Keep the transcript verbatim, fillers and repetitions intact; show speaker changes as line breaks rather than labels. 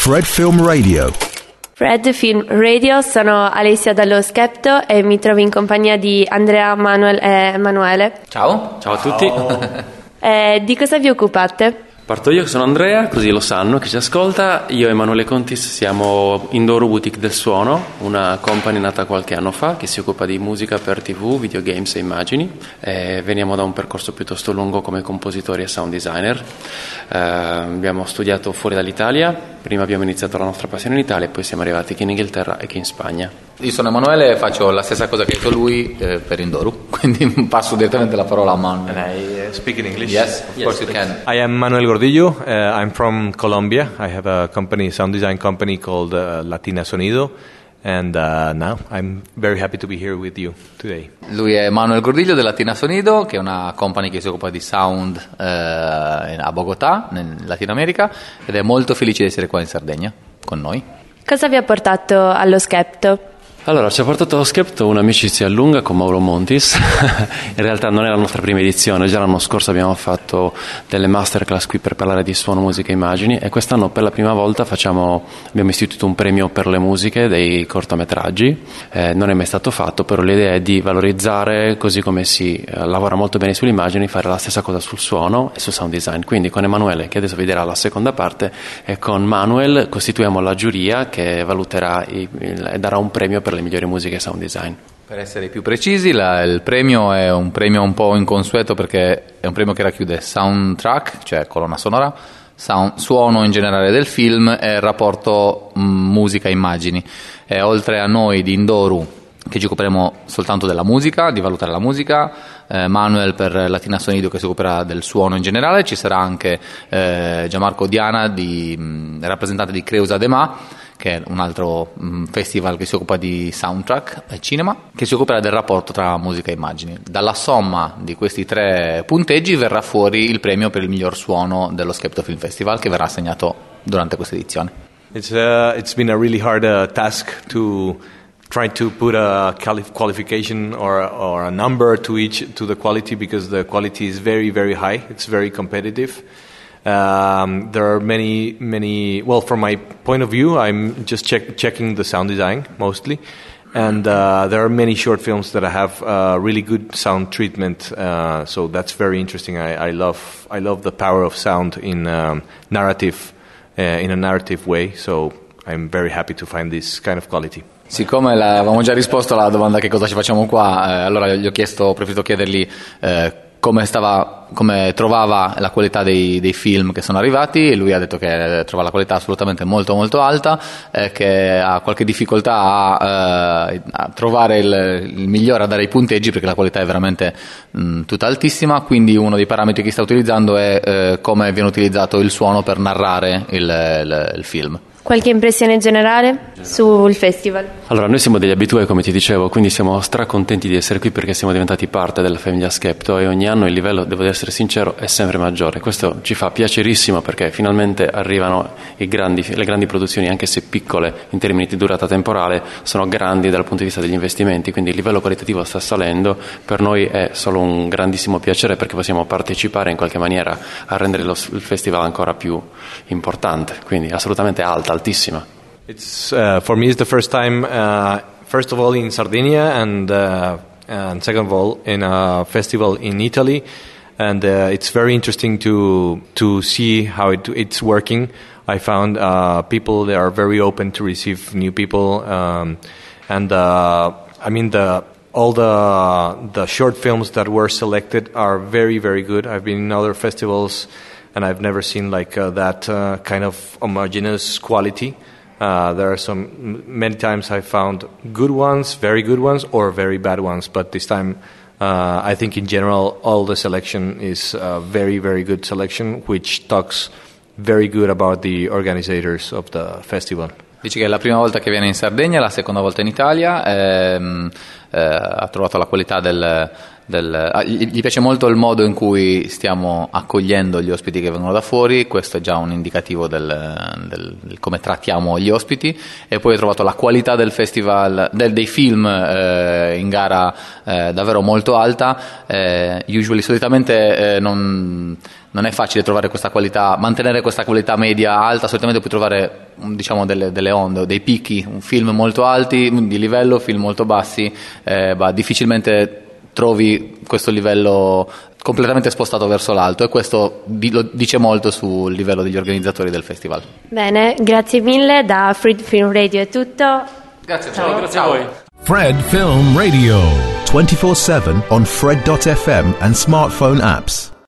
Fred Film Radio.
Fred Film Radio, sono Alessia dallo Skepto e mi trovo in compagnia di Andrea, Manuel e Emanuele.
Ciao.
Ciao a tutti.
Eh, di cosa vi occupate?
Parto io che sono Andrea, così lo sanno chi ci ascolta. Io e Emanuele Contis siamo Indoor Boutique del Suono, una company nata qualche anno fa che si occupa di musica per tivù, videogames e immagini. E veniamo da un percorso piuttosto lungo come compositori e sound designer. Eh, abbiamo studiato fuori dall'Italia, prima abbiamo iniziato la nostra passione in Italia e poi siamo arrivati qui in Inghilterra e qui in Spagna.
Io sono Emanuele e faccio la stessa cosa che ha detto lui eh, per Indoru, quindi passo direttamente la parola a Manuel.
And I uh, speak in English?
Yes, of
Yes,
course you
please.
can.
I am Manuel Gordillo. Uh, I'm from Colombia. I have a company, sound design company called uh, Latina Sonido. And uh, now I'm very happy to be here with you today.
Lui è Manuel Gordiglio della Latina Sonido, che è una company che si occupa di sound eh, a Bogotà, in Latino America, ed è molto felice di essere qua in Sardegna con noi.
Cosa vi ha portato allo Skepto?
Allora, ci ha portato allo Skepto un'amicizia lunga con Mauro Montis. In realtà non è la nostra prima edizione, già l'anno scorso abbiamo fatto delle masterclass qui per parlare di suono, musica e immagini, e quest'anno per la prima volta facciamo, abbiamo istituito un premio per le musiche dei cortometraggi. Eh, non è mai stato fatto, però l'idea è di valorizzare, così come si eh, lavora molto bene sulle immagini, fare la stessa cosa sul suono e sul sound design. Quindi con Emanuele, che adesso vedrà la seconda parte, e con Manuel costituiamo la giuria che valuterà i, il, e darà un premio per le migliori musiche e sound design.
Per essere più precisi, la, il premio è un premio un po' inconsueto perché è un premio che racchiude soundtrack, cioè colonna sonora, sound, suono in generale del film e il rapporto mh, musica-immagini. E oltre a noi di Indoru, che ci occuperemo soltanto della musica, di valutare la musica, eh, Manuel per Latina Sonido che si occuperà del suono in generale, ci sarà anche eh, Gianmarco Diana, di, mh, rappresentante di Creusa de Ma, che è un altro mh, festival che si occupa di soundtrack e cinema, che si occuperà del rapporto tra musica e immagini. Dalla somma di questi tre punteggi verrà fuori il premio per il miglior suono dello Skepto Film Festival, che verrà assegnato durante questa edizione.
It's uh, it's been a really hard uh, task to try to put a quali- qualification or or a number to each to the quality, because the quality is very very high. It's very competitive. Um, there are many, many. Well, from my point of view, I'm just check, checking the sound design mostly, and uh, there are many short films that have uh, really good sound treatment. Uh, so that's very interesting. I, I love, I love the power of sound in um, narrative, uh, in a narrative way. So I'm very happy to find this kind of quality.
Siccome la, avevamo già risposto alla domanda che cosa ci facciamo qua, eh, allora gli ho chiesto, ho preferito chiedergli eh, come stava, come trovava la qualità dei, dei film che sono arrivati, e lui ha detto che trova la qualità assolutamente molto molto alta, eh, che ha qualche difficoltà a, eh, a trovare il, il migliore, a dare i punteggi, perché la qualità è veramente mh, tutta altissima. Quindi uno dei parametri che sta utilizzando è eh, come viene utilizzato il suono per narrare il, il, il film.
Qualche impressione generale sul festival?
Allora, noi siamo degli abitué, come ti dicevo, quindi siamo stracontenti di essere qui perché siamo diventati parte della famiglia Skepto, e ogni anno il livello, devo essere sincero, è sempre maggiore. Questo ci fa piacerissimo perché finalmente arrivano i grandi, le grandi produzioni, anche se piccole in termini di durata temporale, sono grandi dal punto di vista degli investimenti, quindi il livello qualitativo sta salendo. Per noi è solo un grandissimo piacere perché possiamo partecipare in qualche maniera a rendere lo, il festival ancora più importante, quindi assolutamente alta, altissima.
It's uh, for me it's the first time, uh, first of all in Sardinia, and uh, and second of all in a festival in Italy, and uh, it's very interesting to to see how it it's working. I found uh, people, they are very open to receive new people, um, and uh, I mean the all the the short films that were selected are very very good. I've been in other festivals, and I've never seen like uh, that uh, kind of homogeneous quality. Uh, there are some, many times I found good ones, very good ones, or very bad ones, but this time uh, I think in general all the selection is a very, very good selection, which talks very good about the organizers of the festival.
Dice che è la prima volta che viene in Sardegna, la seconda volta in Italia, ehm, eh, ha trovato la qualità del... Del, ah, gli, gli piace molto il modo in cui stiamo accogliendo gli ospiti che vengono da fuori. Questo è già un indicativo del, del, del come trattiamo gli ospiti. E poi ho trovato la qualità del festival, del, dei film eh, in gara eh, davvero molto alta. eh, usually solitamente eh, non non è facile trovare questa qualità, mantenere questa qualità media alta. Solitamente puoi trovare, diciamo, delle, delle onde, dei picchi, un film molto alti di livello, film molto bassi, eh, bah, difficilmente trovi questo livello completamente spostato verso l'alto, e questo di, lo dice molto sul livello degli organizzatori del festival.
Bene, grazie mille, da Fred Film Radio è tutto.
Grazie a
Ciao.
voi.
Grazie a voi.
Fred Film Radio, twenty-four seven on Fred dot f m and smartphone apps.